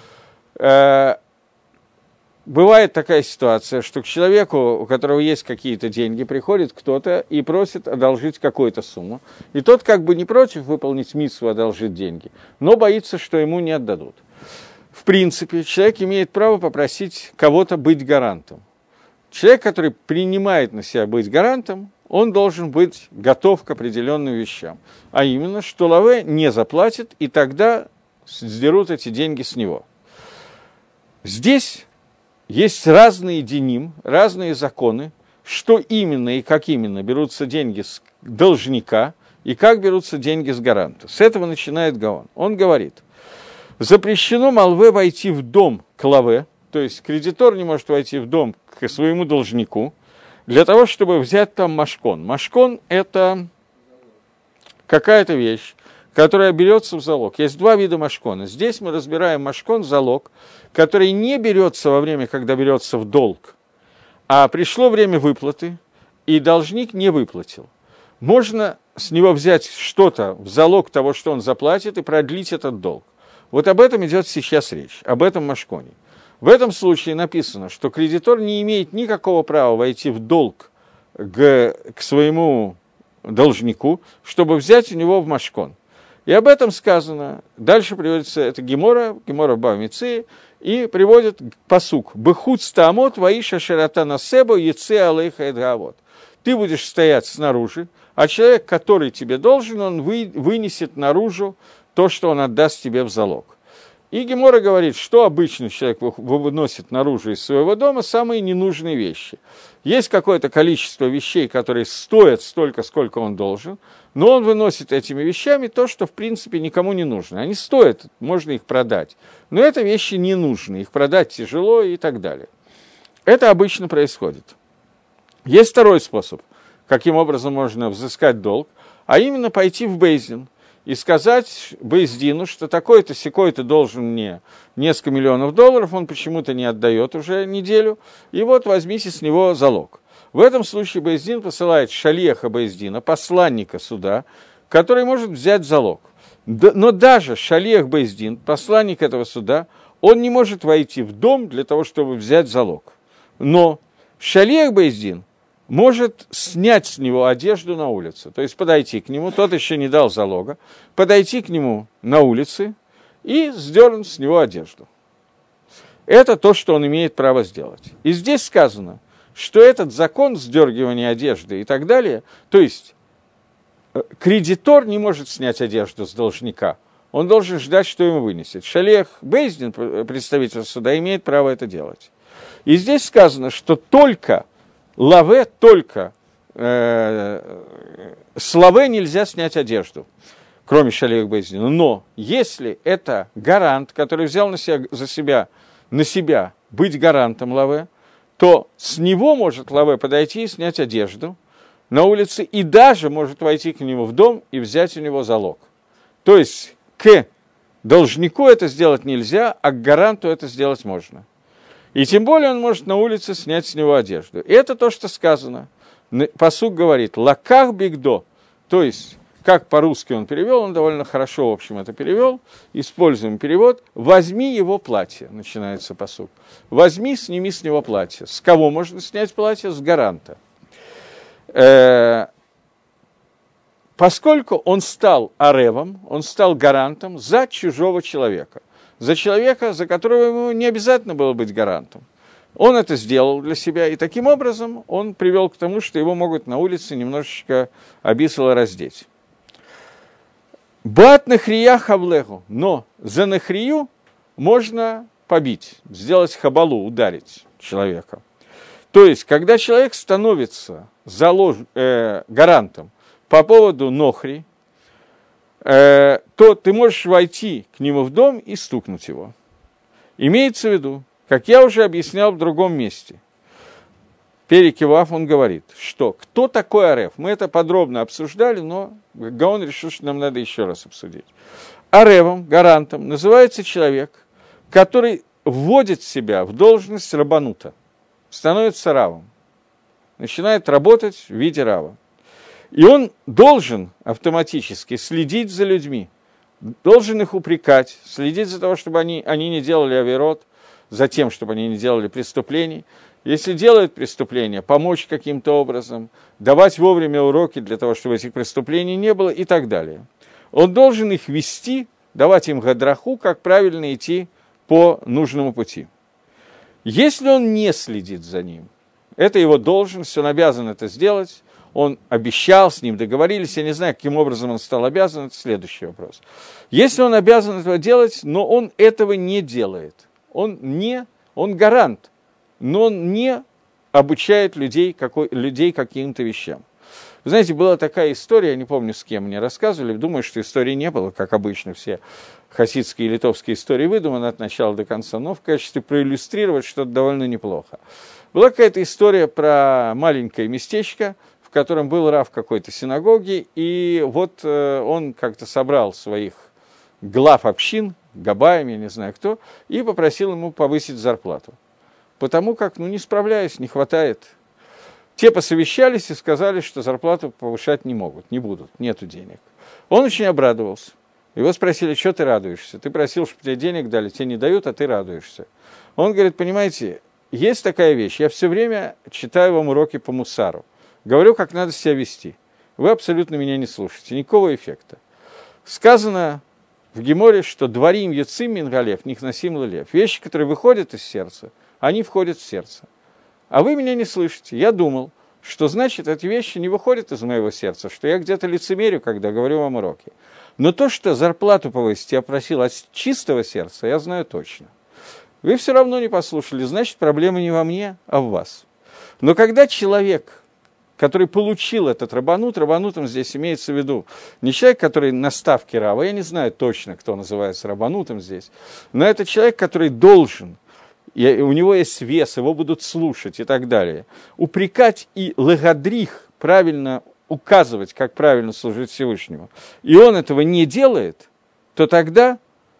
Бывает такая ситуация, что к человеку, у которого есть какие-то деньги, приходит кто-то и просит одолжить какую-то сумму. И тот как бы не против выполнить миссу, одолжить деньги, но боится, что ему не отдадут. В принципе, человек имеет право попросить кого-то быть гарантом. Человек, который принимает на себя быть гарантом, он должен быть готов к определенным вещам. А именно, что лаве не заплатит, и тогда сдерут эти деньги с него. Здесь есть разные диним, разные законы, что именно и как именно берутся деньги с должника, и как берутся деньги с гаранта. С этого начинает Гаон. Он говорит, запрещено малве войти в дом к лаве, то есть кредитор не может войти в дом к своему должнику, для того, чтобы взять там машкон. Машкон – это какая-то вещь, которая берется в залог. Есть два вида машкона. Здесь мы разбираем машкон, залог, который не берется во время, когда берется в долг, а пришло время выплаты, и должник не выплатил. Можно с него взять что-то в залог того, что он заплатит, и продлить этот долг. Вот об этом идет сейчас речь, об этом машконе. В этом случае написано, что кредитор не имеет никакого права войти в долг к своему должнику, чтобы взять у него в машкон. И об этом сказано. Дальше приводится это Гемора Бава Меции, и приводит пасук. «Бехут стаамот ваиша шерата насебо яце алейха эдгаавот». Ты будешь стоять снаружи, а человек, который тебе должен, он вынесет наружу то, что он отдаст тебе в залог. И Гемора говорит, что обычно человек выносит наружу из своего дома самые ненужные вещи. Есть какое-то количество вещей, которые стоят столько, сколько он должен, но он выносит этими вещами то, что в принципе никому не нужно. Они стоят, можно их продать, но это вещи не нужны, их продать тяжело и так далее. Это обычно происходит. Есть второй способ, каким образом можно взыскать долг, а именно пойти в бейздин и сказать бейздину, что такой-то, сякой-то должен мне несколько миллионов долларов, он почему-то не отдает уже неделю, и вот возьмите с него залог. В этом случае бейздин посылает шалиаха бейздина, посланника суда, который может взять залог. Но даже шалиах бейздин, посланник этого суда, он не может войти в дом для того, чтобы взять залог. Но шалиах бейздин может снять с него одежду на улице, то есть подойти к нему, тот еще не дал залога, подойти к нему на улице и сдернуть с него одежду. Это то, что он имеет право сделать. И здесь сказано, что этот закон сдергивания одежды и так далее, то есть кредитор не может снять одежду с должника, он должен ждать, что ему вынесет. Шалех бейс-дин, представитель суда, имеет право это делать. И здесь сказано, что только лаве, только с лаве нельзя снять одежду, кроме шалех бейс-дина. Но если это гарант, который взял на себя быть гарантом лаве, то с него может лаве подойти и снять одежду на улице, и даже может войти к нему в дом и взять у него залог. То есть к должнику это сделать нельзя, а к гаранту это сделать можно. И тем более он может на улице снять с него одежду. И это то, что сказано. Пасук говорит «лаках бигдо», то есть, как по-русски он перевел, он довольно хорошо, в общем, это перевел, используем перевод «возьми его платье», начинается пасук. «Возьми, сними с него платье». С кого можно снять платье? С гаранта. Поскольку он стал аревом, он стал гарантом за чужого человека, за человека, за которого ему не обязательно было быть гарантом. Он это сделал для себя, и таким образом он привел к тому, что его могут на улице немножечко обисало раздеть. Бат нахрия хавлеху, но за нахрию можно побить, сделать хабалу, ударить человека. То есть, когда человек становится гарантом по поводу нохри, то ты можешь войти к нему в дом и стукнуть его. Имеется в виду, как я уже объяснял в другом месте, Перек Вав, он говорит, что кто такой арев? Мы это подробно обсуждали, но Гаон решил, что нам надо еще раз обсудить. Аревом, гарантом, называется человек, который вводит себя в должность рабанута, становится равом, начинает работать в виде рава. И он должен автоматически следить за людьми, должен их упрекать, следить за того, чтобы они не делали авирот, за тем, чтобы они не делали преступлений. Если делают преступления, помочь каким-то образом, давать вовремя уроки для того, чтобы этих преступлений не было и так далее. Он должен их вести, давать им гадраху, как правильно идти по нужному пути. Если он не следит за ним, это его должность, он обязан это сделать, он обещал, с ним договорились, я не знаю, каким образом он стал обязан, это следующий вопрос. Если он обязан этого делать, но он этого не делает, он гарант, но он не обучает людей каким-то вещам. Вы знаете, была такая история, я не помню, с кем мне рассказывали, думаю, что истории не было, как обычно все хасидские и литовские истории выдуманы от начала до конца, но в качестве проиллюстрировать что-то довольно неплохо. Была какая-то история про маленькое местечко, в котором был рав какой-то синагоги, и вот он как-то собрал своих глав общин, габаем, я не знаю кто, и попросил ему повысить зарплату. Потому как, не справляюсь, не хватает. Те посовещались и сказали, что зарплату повышать не могут, не будут, нету денег. Он очень обрадовался. Его спросили, что ты радуешься? Ты просил, чтобы тебе денег дали, тебе не дают, а ты радуешься. Он говорит, понимаете, есть такая вещь, я все время читаю вам уроки по мусару, говорю, как надо себя вести. Вы абсолютно меня не слушаете, никакого эффекта. Сказано в Геморе, что дворим яцим мингалев, них носим лелев. Вещи, которые выходят из сердца, они входят в сердце. А вы меня не слышите. Я думал, что значит, эти вещи не выходят из моего сердца, что я где-то лицемерю, когда говорю вам уроки. Но то, что зарплату повысить я просил от чистого сердца, я знаю точно. Вы все равно не послушали, значит, проблема не во мне, а в вас. Но когда человек, который получил этот рабанутом здесь имеется в виду не человек, который на ставке рава, я не знаю точно, кто называется рабанутом здесь, но это человек, который должен, и у него есть вес, его будут слушать и так далее, упрекать и лагадрих, правильно указывать, как правильно служить Всевышнему, и он этого не делает, то тогда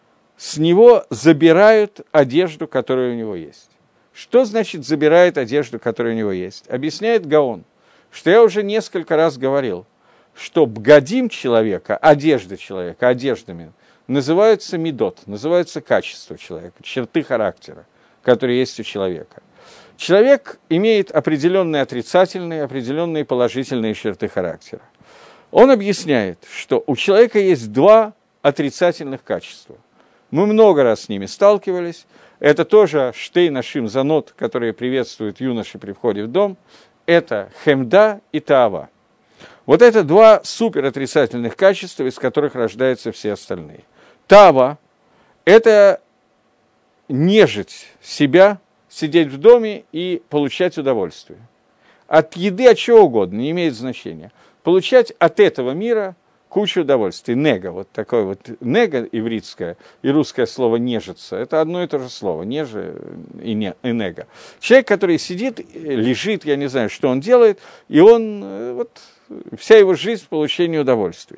с него забирают одежду, которая у него есть. Что значит забирает одежду, которая у него есть? Объясняет Гаон, что я уже несколько раз говорил, что бгадим человека, одежда человека, одеждами, называются мидот, называются качества человека, черты характера, которые есть у человека. Человек имеет определенные отрицательные, определенные положительные черты характера. Он объясняет, что у человека есть два отрицательных качества. Мы много раз с ними сталкивались. Это тоже штейн ашим занот, которые приветствуют юноши при входе в дом. Это хемда и таава. Вот это два супер отрицательных качества, из которых рождаются все остальные. Таава – это нежить себя, сидеть в доме и получать удовольствие. От еды, от чего угодно, не имеет значения. Получать от этого мира кучу удовольствий. Нега, вот такое вот нега ивритское и русское слово нежиться, это одно и то же слово, неже и нега. Человек, который сидит, лежит, я не знаю, что он делает, и он, вот, вся его жизнь в получении удовольствий.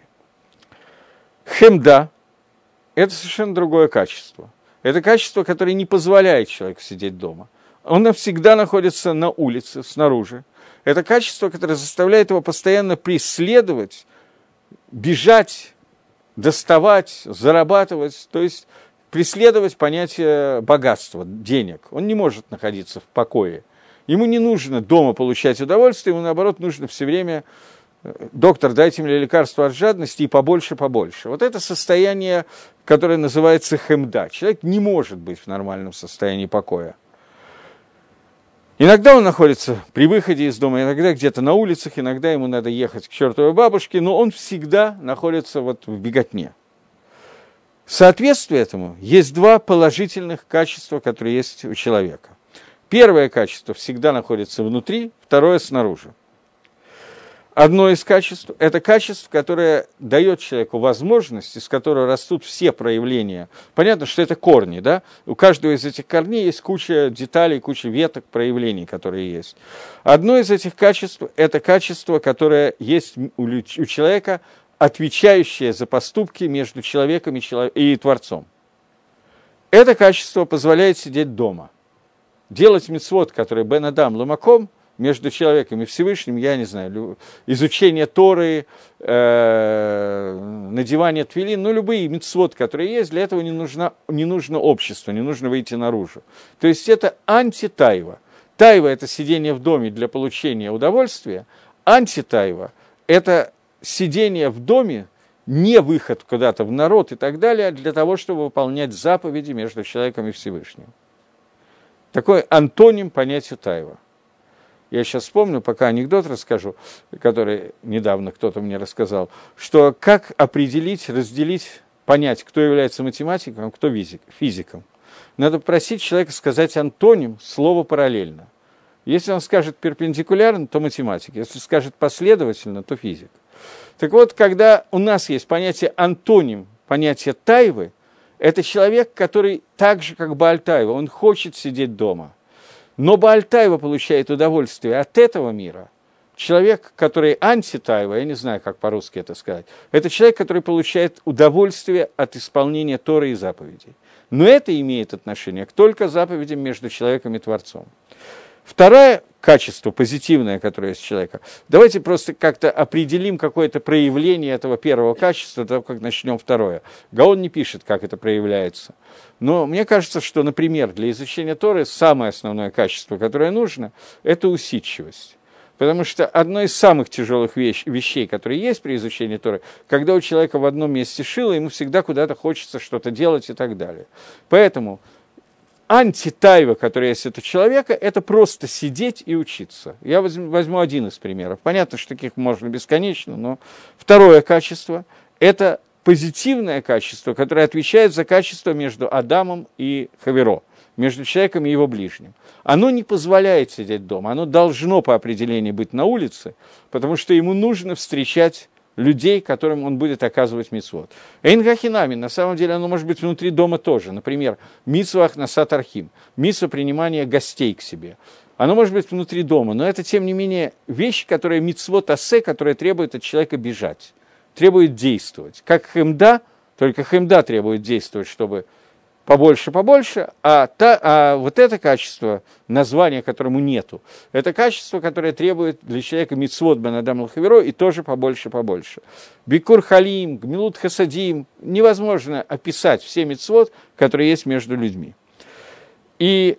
Хемда – это совершенно другое качество. Это качество, которое не позволяет человеку сидеть дома. Он навсегда находится на улице, снаружи. Это качество, которое заставляет его постоянно преследовать, бежать, доставать, зарабатывать, то есть преследовать понятие богатства, денег. Он не может находиться в покое. Ему не нужно дома получать удовольствие, ему, наоборот, нужно все время: доктор, дайте мне лекарство от жадности и побольше. Вот это состояние, которое называется хемда. Человек не может быть в нормальном состоянии покоя. Иногда он находится при выходе из дома, иногда где-то на улицах, иногда ему надо ехать к чертовой бабушке, но он всегда находится вот в беготне. В соответствии этому есть два положительных качества, которые есть у человека. Первое качество всегда находится внутри, второе снаружи. Одно из качеств – это качество, которое дает человеку возможность, из которого растут все проявления. Понятно, что это корни, да? У каждого из этих корней есть куча деталей, куча веток проявлений, которые есть. Одно из этих качеств – это качество, которое есть у человека, отвечающее за поступки между человеком и Творцом. Это качество позволяет сидеть дома, делать мицвот, который бен адам ламаком, между человеком и Всевышним, я не знаю, изучение Торы, надевание тфилин, любые мицвот, которые есть, для этого не нужно общество, не нужно выйти наружу. То есть это антитайва. Тайва – это сидение в доме для получения удовольствия, антитайва – это сидение в доме, не выход куда-то в народ и так далее, для того, чтобы выполнять заповеди между человеком и Всевышним. Такой антоним понятию тайва. Я сейчас вспомню, пока анекдот расскажу, который недавно кто-то мне рассказал, что как определить, разделить, понять, кто является математиком, а кто физиком. Надо просить человека сказать антоним слова параллельно. Если он скажет перпендикулярно, то математик. Если скажет последовательно, то физик. Так вот, когда у нас есть понятие антоним, понятие тайвы, это человек, который так же, как Бааль Тайва, он хочет сидеть дома. Но Бааль Тайва получает удовольствие от этого мира. Человек, который антитайва, я не знаю, как по-русски это сказать, это человек, который получает удовольствие от исполнения Торы и заповедей. Но это имеет отношение только к заповедям между человеком и Творцом. Второе качество, позитивное, которое есть у человека, давайте просто как-то определим какое-то проявление этого первого качества, до того, как начнем второе. Гаон не пишет, как это проявляется. Но мне кажется, что, например, для изучения Торы самое основное качество, которое нужно, это усидчивость. Потому что одно из самых тяжелых вещей, которые есть при изучении Торы, когда у человека в одном месте шило, ему всегда куда-то хочется что-то делать и так далее. Поэтому антитайва, которая есть у человека, это просто сидеть и учиться. Я возьму один из примеров. Понятно, что таких можно бесконечно, но второе качество – это позитивное качество, которое отвечает за качество между Адамом и Хаверо, между человеком и его ближним. Оно не позволяет сидеть дома, оно должно по определению быть на улице, потому что ему нужно встречать людей, которым он будет оказывать мицвот. Эйнгахинами, на самом деле, оно может быть внутри дома тоже. Например, мицвах насат архим, мицва принимания гостей к себе. Оно может быть внутри дома, но это, тем не менее, вещь, которая мицвот асе, которая требует от человека бежать, требует действовать. Как хемда, только хемда требует действовать, чтобы побольше, а вот это качество, название которому нету, это качество, которое требует для человека мицвот бен адам л-хаверо и тоже побольше. Бикур халим, гмилут хасадим, невозможно описать все мицвот, которые есть между людьми. И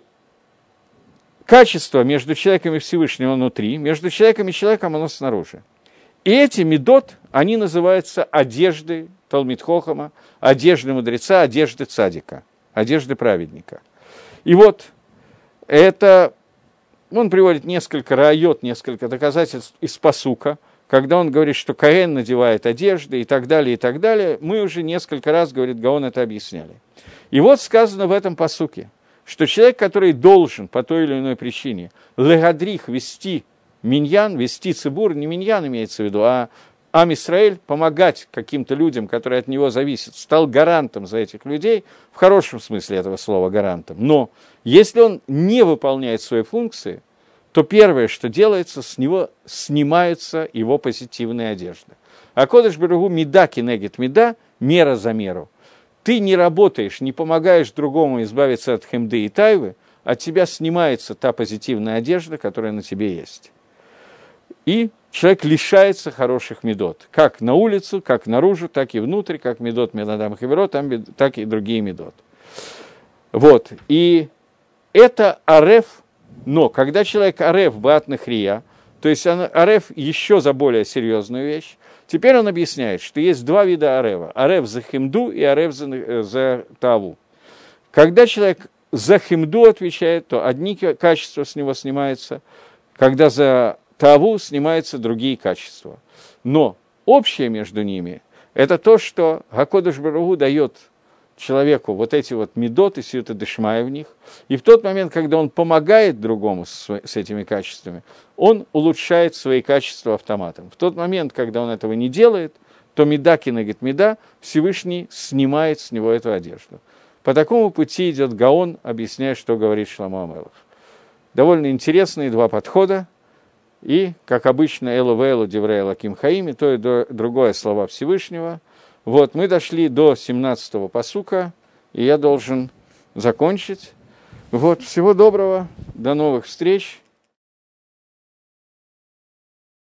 качество между человеком и Всевышним внутри, между человеком и человеком оно снаружи. И эти медот, они называются одеждой талмид хохама, одежды мудреца, одежды цадика, одежды праведника. И вот это, он приводит несколько раайот, несколько доказательств из пасука, когда он говорит, что Коэн надевает одежды и так далее, и так далее. Мы уже несколько раз, говорит Гаон, это объясняли. И вот сказано в этом пасуке, что человек, который должен по той или иной причине легадрих вести миньян, вести цибур, не миньян имеется в виду, а Ам Исраэль, помогать каким-то людям, которые от него зависят, стал гарантом за этих людей, в хорошем смысле этого слова гарантом. Но если он не выполняет свои функции, то первое, что делается, с него снимаются его позитивные одежды. А Кодеш Баругу мида кинегет мида, мера за меру. Ты не работаешь, не помогаешь другому избавиться от хемды и тайвы, от тебя снимается та позитивная одежда, которая на тебе есть. И человек лишается хороших медот, как на улицу, как наружу, так и внутрь, как медот медадам хеверот, так и другие медот. Вот, и это ареф, но когда человек ареф баатных рия, то есть ареф еще за более серьезную вещь, теперь он объясняет, что есть два вида арева. Арев за химду и арев за таву. Когда человек за химду отвечает, то одни качества с него снимаются, когда за таву снимаются другие качества. Но общее между ними – это то, что Гакодеш Баругу дает человеку вот эти вот медот и сиюта дешмая в них, и в тот момент, когда он помогает другому с этими качествами, он улучшает свои качества автоматом. В тот момент, когда он этого не делает, то меда кинегет меда, Всевышний снимает с него эту одежду. По такому пути идет Гаон, объясняя, что говорит Шломо ха-Мелех. Довольно интересные два подхода, и, как обычно, Элу Вейлу Деврей Элоким Хаим, и то, и другое слова Всевышнего. Вот, мы дошли до 17-го пасука, и я должен закончить. Вот, всего доброго, до новых встреч.